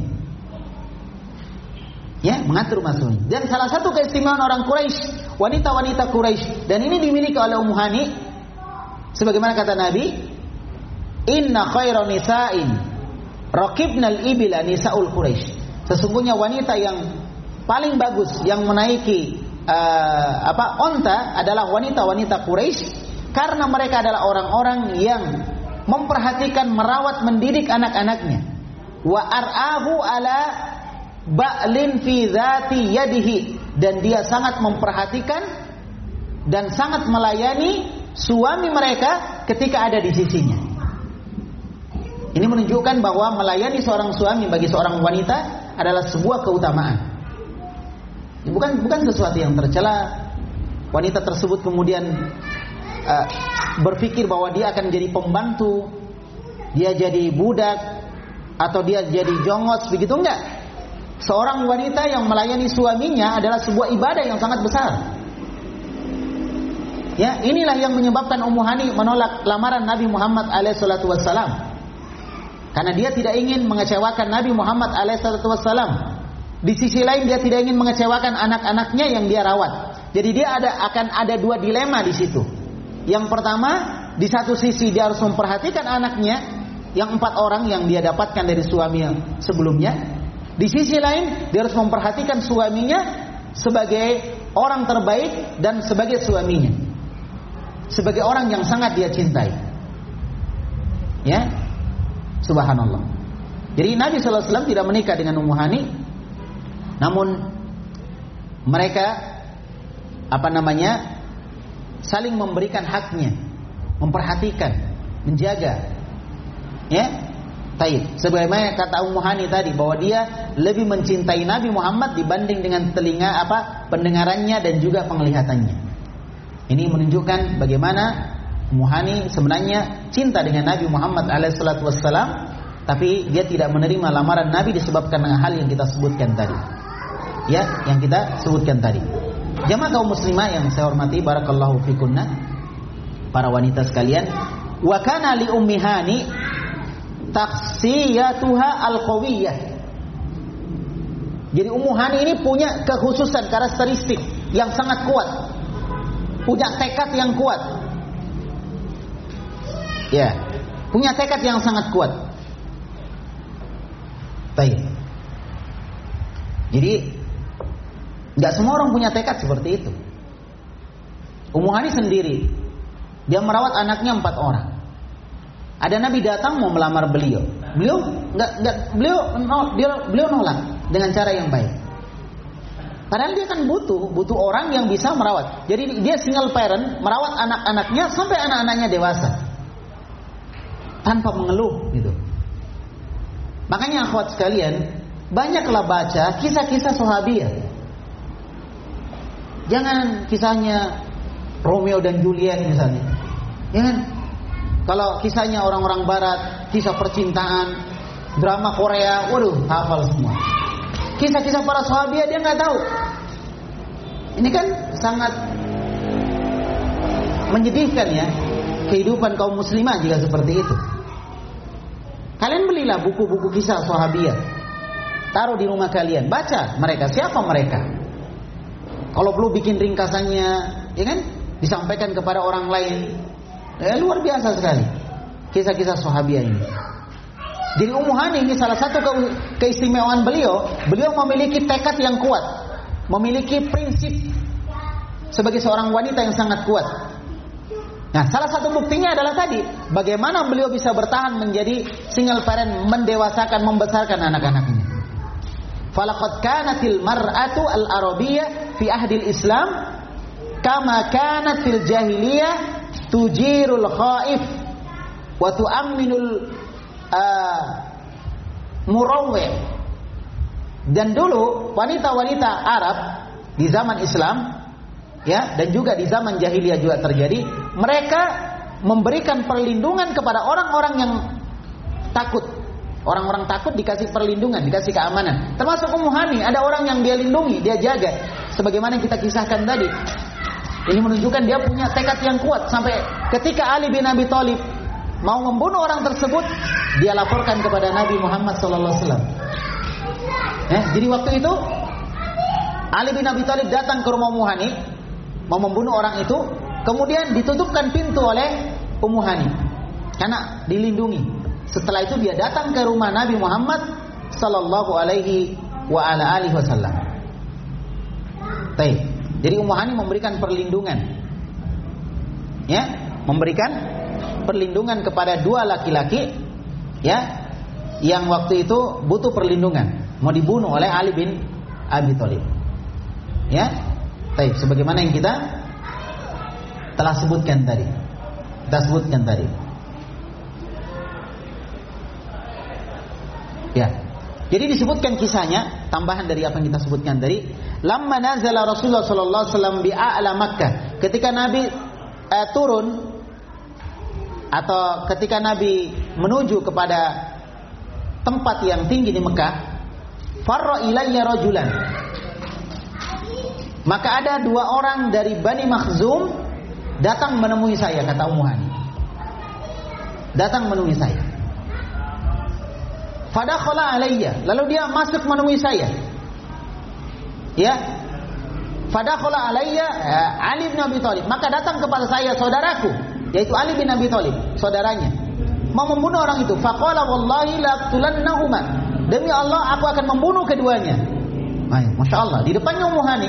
Ya, mengatur rumah suaminya. Dan salah satu keistimewaan orang Quraisy, wanita-wanita Quraisy, dan ini dimiliki oleh Ummu Hani, sebagaimana kata Nabi, "Inna khairan nisa'in raqibnal ibila nisa'ul Quraisy." Sesungguhnya wanita yang paling bagus yang menaiki Uh, apa onta adalah wanita-wanita Quraisy, karena mereka adalah orang-orang yang memperhatikan, merawat, mendidik anak-anaknya. Wa ar'ahu ala ba'lin fi dzati yadihi, dan dia sangat memperhatikan dan sangat melayani suami mereka ketika ada di sisinya. Ini menunjukkan bahwa melayani seorang suami bagi seorang wanita adalah sebuah keutamaan. Bukan bukan sesuatu yang tercela. Wanita tersebut kemudian uh, berpikir bahwa dia akan jadi pembantu, dia jadi budak, atau dia jadi jongos, begitu enggak. Seorang wanita yang melayani suaminya adalah sebuah ibadah yang sangat besar. Ya, inilah yang menyebabkan Ummu Hani menolak lamaran Nabi Muhammad alaihi salatu wassalam. Karena dia tidak ingin mengecewakan Nabi Muhammad alaihi salatu wassalam. Di sisi lain dia tidak ingin mengecewakan anak-anaknya yang dia rawat. Jadi dia ada akan ada dua dilema di situ. Yang pertama, di satu sisi dia harus memperhatikan anaknya yang empat orang yang dia dapatkan dari suami yang sebelumnya. Di sisi lain dia harus memperhatikan suaminya sebagai orang terbaik dan sebagai suaminya, sebagai orang yang sangat dia cintai. Ya, subhanallah. Jadi Nabi sallallahu alaihi wasallam tidak menikah dengan Ummu Hani. Namun mereka apa namanya saling memberikan haknya, memperhatikan, menjaga. Ya, taib. Sebagaimana kata Ummu Hani tadi bahwa dia lebih mencintai Nabi Muhammad dibanding dengan telinga apa pendengarannya dan juga penglihatannya. Ini menunjukkan bagaimana Ummu Hani sebenarnya cinta dengan Nabi Muhammad alaihi salatu wassalam, tapi dia tidak menerima lamaran Nabi disebabkan dengan hal yang kita sebutkan tadi. Ya, yang kita sebutkan tadi. Jamaah kaum muslimah yang saya hormati, barakallahu fikunna, para wanita sekalian, wa kana li Ummi Hani takhsiyatuha al-qawiyyah. Jadi Ummu Hani ini punya kekhususan, karakteristik yang sangat kuat, punya tekad yang kuat. Ya, punya tekad yang sangat kuat. Baik. Jadi tidak semua orang punya tekad seperti itu. Ummu Hani sendiri, dia merawat anaknya empat orang. Ada Nabi datang mau melamar beliau, beliau nggak nggak beliau no, dia, beliau nolak dengan cara yang baik. Padahal dia kan butuh butuh orang yang bisa merawat. Jadi dia single parent, merawat anak-anaknya sampai anak-anaknya dewasa tanpa mengeluh gitu. Makanya akhwat sekalian, banyaklah baca kisah-kisah sahabiah Jangan kisahnya Romeo dan Juliet misalnya. Ya kan? Kalau kisahnya orang-orang barat, kisah percintaan, drama Korea, waduh, hafal semua. Kisah-kisah para sahabat dia nggak tahu. Ini kan sangat menyedihkan ya, kehidupan kaum muslimah jika seperti itu. Kalian belilah buku-buku kisah sahabiah, taruh di rumah kalian, baca mereka, siapa mereka. Kalau perlu bikin ringkasannya, ya kan, disampaikan kepada orang lain. Ya, luar biasa sekali kisah-kisah sahabiah ini. Jadi Ummu Hani ini salah satu ke- keistimewaan beliau, beliau memiliki tekad yang kuat, memiliki prinsip sebagai seorang wanita yang sangat kuat. Nah, salah satu buktinya adalah tadi, bagaimana beliau bisa bertahan menjadi single parent, mendewasakan, membesarkan anak-anaknya. Falaqad kanatil mar'atu al-arabiyyah fi ahdil Islam kama kanat fil jahiliyah tujirul khaif wa tu'amminul uh, murawwi. Dan dulu wanita-wanita Arab di zaman Islam, ya, dan juga di zaman jahiliyah juga terjadi, mereka memberikan perlindungan kepada orang-orang yang takut. Orang-orang takut dikasih perlindungan, dikasih keamanan. Termasuk Ummu Hani, ada orang yang dia lindungi, dia jaga. Sebagaimana yang kita kisahkan tadi. Ini menunjukkan dia punya tekad yang kuat. Sampai ketika Ali bin Abi Thalib mau membunuh orang tersebut, dia laporkan kepada Nabi Muhammad sallallahu alaihi wasallam. Ya, jadi waktu itu Ali bin Abi Thalib datang ke rumah Ummu Hani, mau membunuh orang itu, kemudian ditutupkan pintu oleh Ummu Hani karena dilindungi. Setelah itu dia datang ke rumah Nabi Muhammad sallallahu alaihi wa ala alihi wasallam. Baik. Jadi Ummu Hani memberikan perlindungan. Ya, memberikan perlindungan kepada dua laki-laki, ya, yang waktu itu butuh perlindungan, mau dibunuh oleh Ali bin Abi Thalib. Ya. Baik, sebagaimana yang kita telah sebutkan tadi. Kita sebutkan tadi. Ya. Jadi disebutkan kisahnya, tambahan dari apa yang kita sebutkan tadi. Lamma nazala Rasulullah sallallahu alaihi wasallam bi a'la Makkah. Ketika Nabi eh, turun atau ketika Nabi menuju kepada tempat yang tinggi di Mekah, farra ilayya rajulan. Maka ada dua orang dari Bani Makhzum datang menemui saya, kata Ummu Hani. Datang menemui saya. Fadakhala alayya, lalu dia masuk menemui saya. Ya. Fadakhala alayya Ali bin Abi Thalib, maka datang kepada saya saudaraku, yaitu Ali bin Abi Thalib, saudaranya. Mau membunuh orang itu. Faqala wallahi la aqtulannahuma. Demi Allah aku akan membunuh keduanya. Ay, Masya Allah, di depannya Ummu Hani.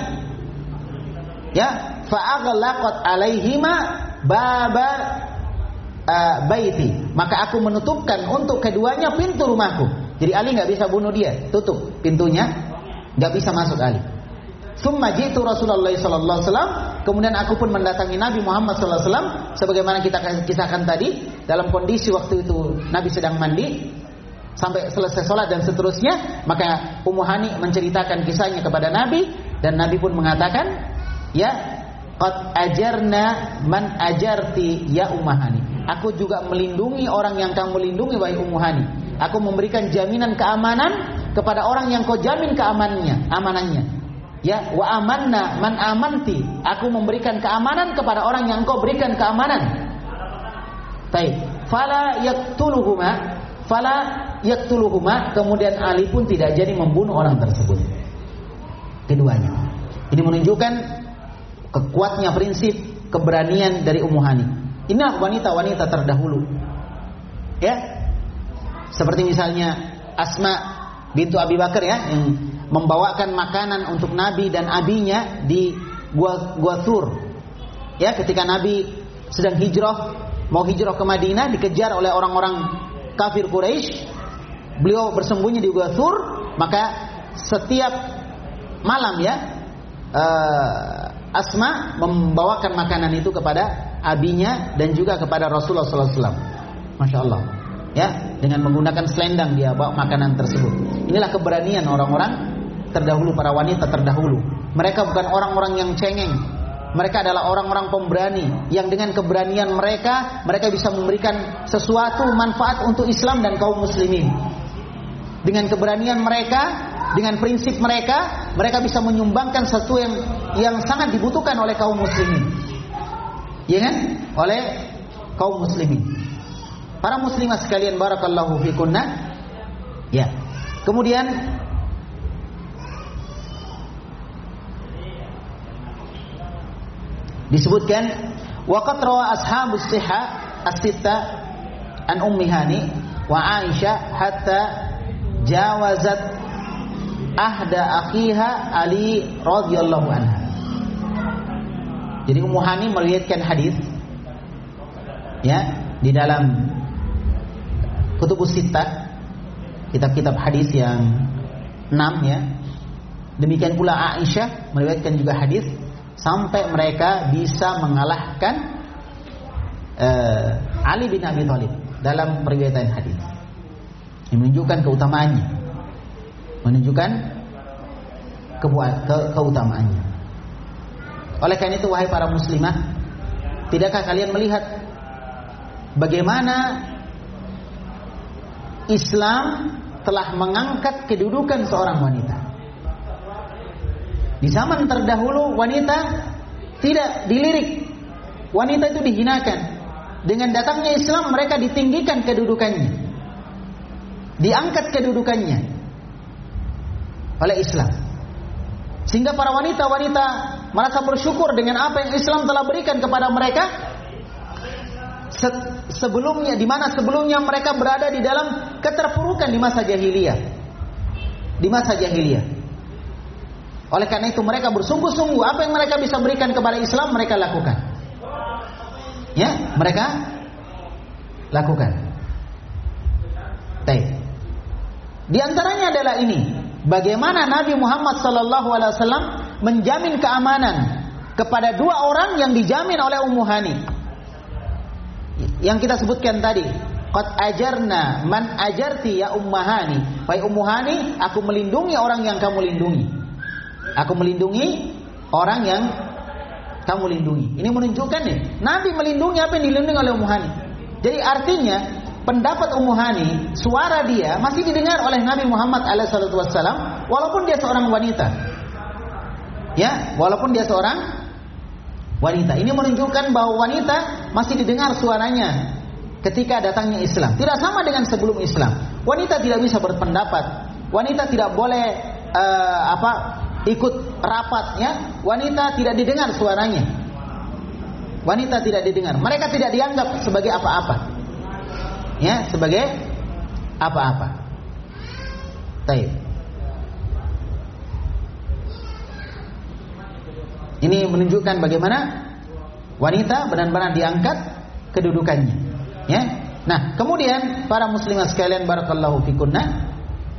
Ya, fa'aghlaqat alaihima baba uh, baiti. Maka aku menutupkan untuk keduanya pintu rumahku. Jadi Ali nggak bisa bunuh dia, tutup pintunya, nggak bisa masuk Ali. Summa jitu Rasulullah sallallahu alaihi wasallam. Kemudian aku pun mendatangi Nabi Muhammad sallallahu alaihi wasallam, sebagaimana kita kisahkan tadi, dalam kondisi waktu itu Nabi sedang mandi sampai selesai sholat dan seterusnya. Maka Ummu Hani menceritakan kisahnya kepada Nabi, dan Nabi pun mengatakan, ya, qad ajarna man ajarti ya Ummu Hani. Aku juga melindungi orang yang kamu lindungi, wahai Ummu Hani. Aku memberikan jaminan keamanan kepada orang yang kau jamin keamanannya, amanannya. Ya, wa amanna man amanti. Aku memberikan keamanan kepada orang yang kau berikan keamanan. Baik. Fala yaqtuluhuma, fala yaqtuluhuma. Kemudian Ali pun tidak jadi membunuh orang tersebut. Keduanya. Ini menunjukkan kekuatnya prinsip keberanian dari Ummu Hani. Inilah wanita-wanita terdahulu. Ya. Seperti misalnya Asma bintu Abi Bakar, ya, yang membawakan makanan untuk Nabi dan abinya di Gua Gua Thur. Ya, ketika Nabi sedang hijrah, mau hijrah ke Madinah, dikejar oleh orang-orang kafir Quraisy. Beliau bersembunyi di Gua Thur, maka setiap malam, ya, uh, Asma membawakan makanan itu kepada abinya dan juga kepada Rasulullah sallallahu alaihi wasallam. Masya Allah, ya, dengan menggunakan selendang dia bawa makanan tersebut. Inilah keberanian orang-orang terdahulu, para wanita terdahulu. Mereka bukan orang-orang yang cengeng. Mereka adalah orang-orang pemberani yang dengan keberanian mereka, mereka bisa memberikan sesuatu manfaat untuk Islam dan kaum muslimin. Dengan keberanian mereka, dengan prinsip mereka, mereka bisa menyumbangkan sesuatu yang yang sangat dibutuhkan oleh kaum muslimin. Ya kan? Oleh kaum muslimin. Para muslimah sekalian, barakallahu fikunna. Ya. Kemudian disebutkan waqad rawa ashabus sihah as-sittah an ummi hani wa Aisyah hatta jawazat ahda akhiha Ali radhiyallahu anha. Jadi Ummu Hani meriwayatkan hadis ya di dalam kutubus sittah, kitab-kitab hadis yang enam ya. Demikian pula Aisyah meriwayatkan juga hadis sampai mereka bisa mengalahkan uh, Ali bin Abi Thalib dalam periwayatan hadis. Ini menunjukkan keutamaannya, menunjukkan kebuat, ke, keutamaannya. Oleh karena itu, wahai para muslimah, tidakkah kalian melihat bagaimana Islam telah mengangkat kedudukan seorang wanita? Di zaman terdahulu wanita tidak dilirik, wanita itu dihinakan. Dengan datangnya Islam mereka ditinggikan kedudukannya, diangkat kedudukannya oleh Islam, sehingga para wanita-wanita merasa bersyukur dengan apa yang Islam telah berikan kepada mereka. Sebelumnya, di mana sebelumnya mereka berada di dalam keterpurukan di masa jahiliyah, di masa jahiliyah. Oleh karena itu mereka bersungguh-sungguh apa yang mereka bisa berikan kepada Islam mereka lakukan. Ya, mereka lakukan. Baik. Di antaranya adalah ini, bagaimana Nabi Muhammad sallallahu alaihi wasallam menjamin keamanan kepada dua orang yang dijamin oleh Ummu Hani. Yang kita sebutkan tadi, qad ajarna man ajarti ya Ummu Hani. Wahai Ummu Hani, aku melindungi orang yang kamu lindungi. Aku melindungi orang yang kamu lindungi. Ini menunjukkan nih, Nabi melindungi apa yang dilindungi oleh Ummu Hani. Jadi artinya pendapat Ummu Hani, suara dia masih didengar oleh Nabi Muhammad alaihi salatu wassalam, walaupun dia seorang wanita. Ya, walaupun dia seorang wanita. Ini menunjukkan bahwa wanita masih didengar suaranya ketika datangnya Islam. Tidak sama dengan sebelum Islam. Wanita tidak bisa berpendapat. Wanita tidak boleh uh, apa ikut rapat, ya. Wanita tidak didengar suaranya. Wanita tidak didengar. Mereka tidak dianggap sebagai apa-apa. Ya, sebagai apa-apa. Baik. Ini menunjukkan bagaimana wanita benar-benar diangkat kedudukannya. Ya. Nah, kemudian para muslimah sekalian, barakallahu fikunna,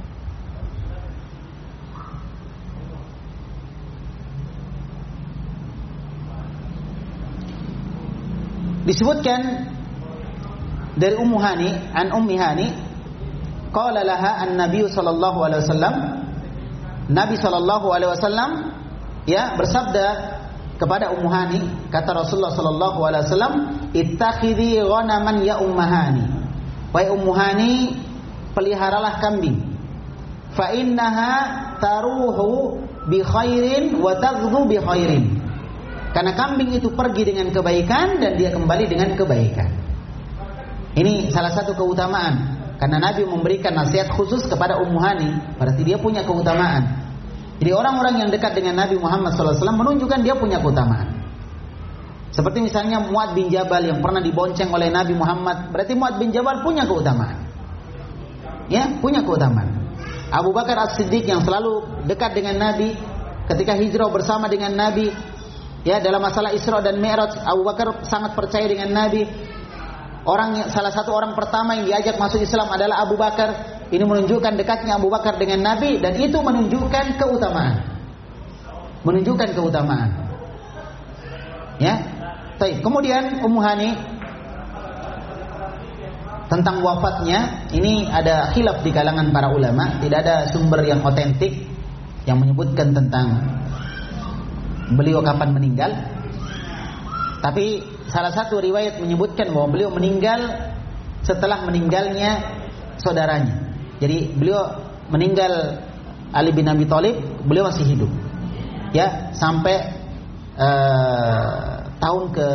disebutkan dari Ummu Hani, an Ummi Hani, qala laha an-nabiy sallallahu alaihi wasallam, Nabi sallallahu alaihi wasallam ya bersabda kepada Ummu Hani, kata Rasulullah sallallahu alaihi wasallam, ittakhidhi ghanaman ya Ummu Hani. Wahai Ummu Hani, peliharalah kambing. Fa innaha taruhu bi khairin wa taghdhu bi khairin. Karena kambing itu pergi dengan kebaikan dan dia kembali dengan kebaikan. Ini salah satu keutamaan. Karena Nabi memberikan nasihat khusus kepada Ummu Hani, berarti dia punya keutamaan. Jadi orang-orang yang dekat dengan Nabi Muhammad sallallahu alaihi wasallam menunjukkan dia punya keutamaan. Seperti misalnya Mu'adz bin Jabal yang pernah dibonceng oleh Nabi Muhammad, berarti Mu'adz bin Jabal punya keutamaan. Ya, punya keutamaan. Abu Bakar As-Siddiq yang selalu dekat dengan Nabi ketika hijrah bersama dengan Nabi, ya, dalam masalah Isra dan Mi'raj, Abu Bakar sangat percaya dengan Nabi. Orang yang, salah satu orang pertama yang diajak masuk Islam adalah Abu Bakar. Ini menunjukkan dekatnya Abu Bakar dengan Nabi, dan itu menunjukkan keutamaan. Menunjukkan keutamaan. Ya. Baik, kemudian Ummu Hani tentang wafatnya, ini ada khilaf di kalangan para ulama, tidak ada sumber yang otentik yang menyebutkan tentang beliau kapan meninggal. Tapi salah satu riwayat menyebutkan bahwa beliau meninggal setelah meninggalnya saudaranya. Jadi beliau meninggal Ali bin Abi Thalib, beliau masih hidup. Ya, sampai uh, tahun ke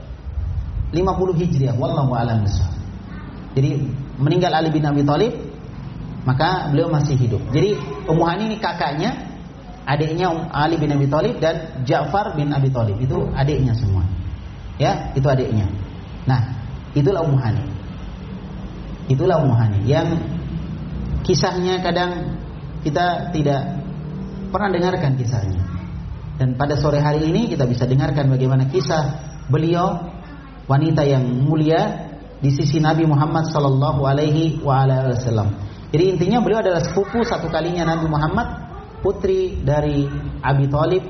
lima puluh Hijriah, wallahu a'lam bishawab. Jadi meninggal Ali bin Abi Thalib, maka beliau masih hidup. Jadi Ummu Hani ini kakaknya, adiknya Ali bin Abi Thalib, dan Ja'far bin Abi Thalib, itu adiknya semua. Ya, itu adiknya. Nah, itulah Ummu Hani. Itulah Ummu Hani yang kisahnya kadang kita tidak pernah dengarkan kisahnya. Dan pada sore hari ini kita bisa dengarkan bagaimana kisah beliau, wanita yang mulia di sisi Nabi Muhammad sallallahu alaihi wasallam. Jadi intinya beliau adalah sepupu satu kalinya Nabi Muhammad, putri dari Abi Thalib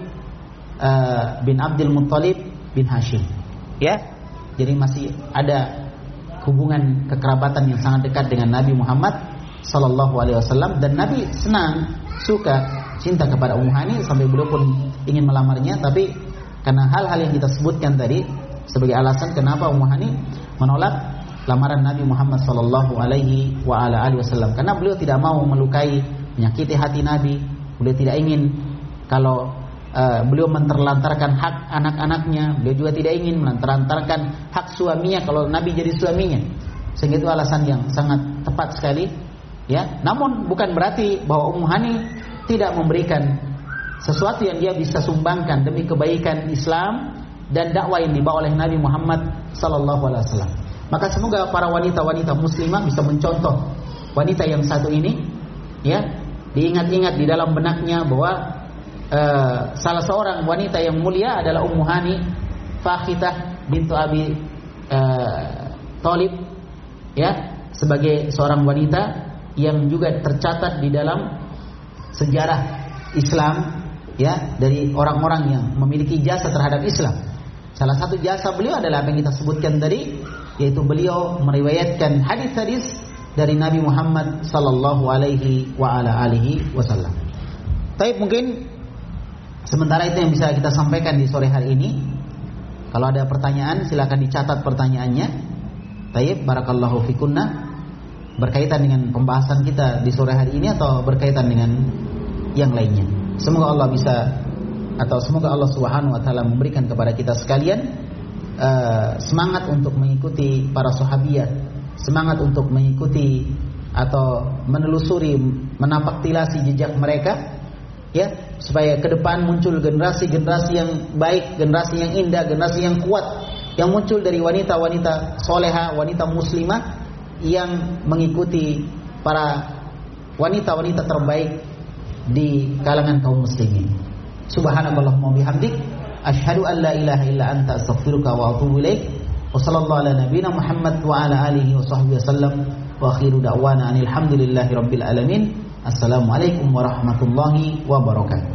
uh, bin Abdul Muttalib bin Hashim. Ya, jadi masih ada hubungan kekerabatan yang sangat dekat dengan Nabi Muhammad sallallahu alaihi wasallam, dan Nabi senang, suka, cinta kepada Ummu Hani sampai beliau pun ingin melamarnya. Tapi karena hal-hal yang kita sebutkan tadi sebagai alasan kenapa Ummu Hani menolak lamaran Nabi Muhammad sallallahu alaihi wasallam, karena beliau tidak mau melukai, menyakiti hati Nabi. Beliau tidak ingin kalau uh, beliau menterlantarkan hak anak-anaknya. Beliau juga tidak ingin menterlantarkan hak suaminya kalau Nabi jadi suaminya. Sehingga itu alasan yang sangat tepat sekali. Ya, namun bukan berarti bahwa Ummu Hani tidak memberikan sesuatu yang dia bisa sumbangkan demi kebaikan Islam dan dakwah yang dibawa oleh Nabi Muhammad sallallahu alaihi wasallam. Maka semoga para wanita-wanita muslimah bisa mencontoh wanita yang satu ini, ya, diingat-ingat di dalam benaknya bahwa uh, salah seorang wanita yang mulia adalah Ummu Hani Fakhitah bintu Abi uh, Thalib, ya, sebagai seorang wanita yang juga tercatat di dalam sejarah Islam, ya, dari orang-orang yang memiliki jasa terhadap Islam. Salah satu jasa beliau adalah apa yang kita sebutkan tadi, yaitu beliau meriwayatkan hadis-hadis dari Nabi Muhammad sallallahu alaihi wa ala alihi wasallam. Tapi mungkin sementara itu yang bisa kita sampaikan di sore hari ini. Kalau ada pertanyaan silakan dicatat pertanyaannya. Tayyib, barakallahu fikunna. Berkaitan dengan pembahasan kita di sore hari ini atau berkaitan dengan yang lainnya. Semoga Allah bisa, atau semoga Allah Subhanahu wa taala memberikan kepada kita sekalian uh, semangat untuk mengikuti para sahabiat, semangat untuk mengikuti atau menelusuri, menapak tilasi jejak mereka, ya, supaya ke depan muncul generasi-generasi yang baik, generasi yang indah, generasi yang kuat, yang muncul dari wanita-wanita soleha, wanita muslimah yang mengikuti para wanita-wanita terbaik di kalangan kaum muslimin. Subhanallahumma bihamdik, asyhadu an la ilaha illa anta, astaghfiruka wa atubu ilaik. Wa sallallahu ala nabiyyina Muhammad wa ala alihi wa sahbihi wasallam. Wa akhiru da'wana alhamdulillahi rabbil alamin. Assalamualaikum warahmatullahi wabarakatuh.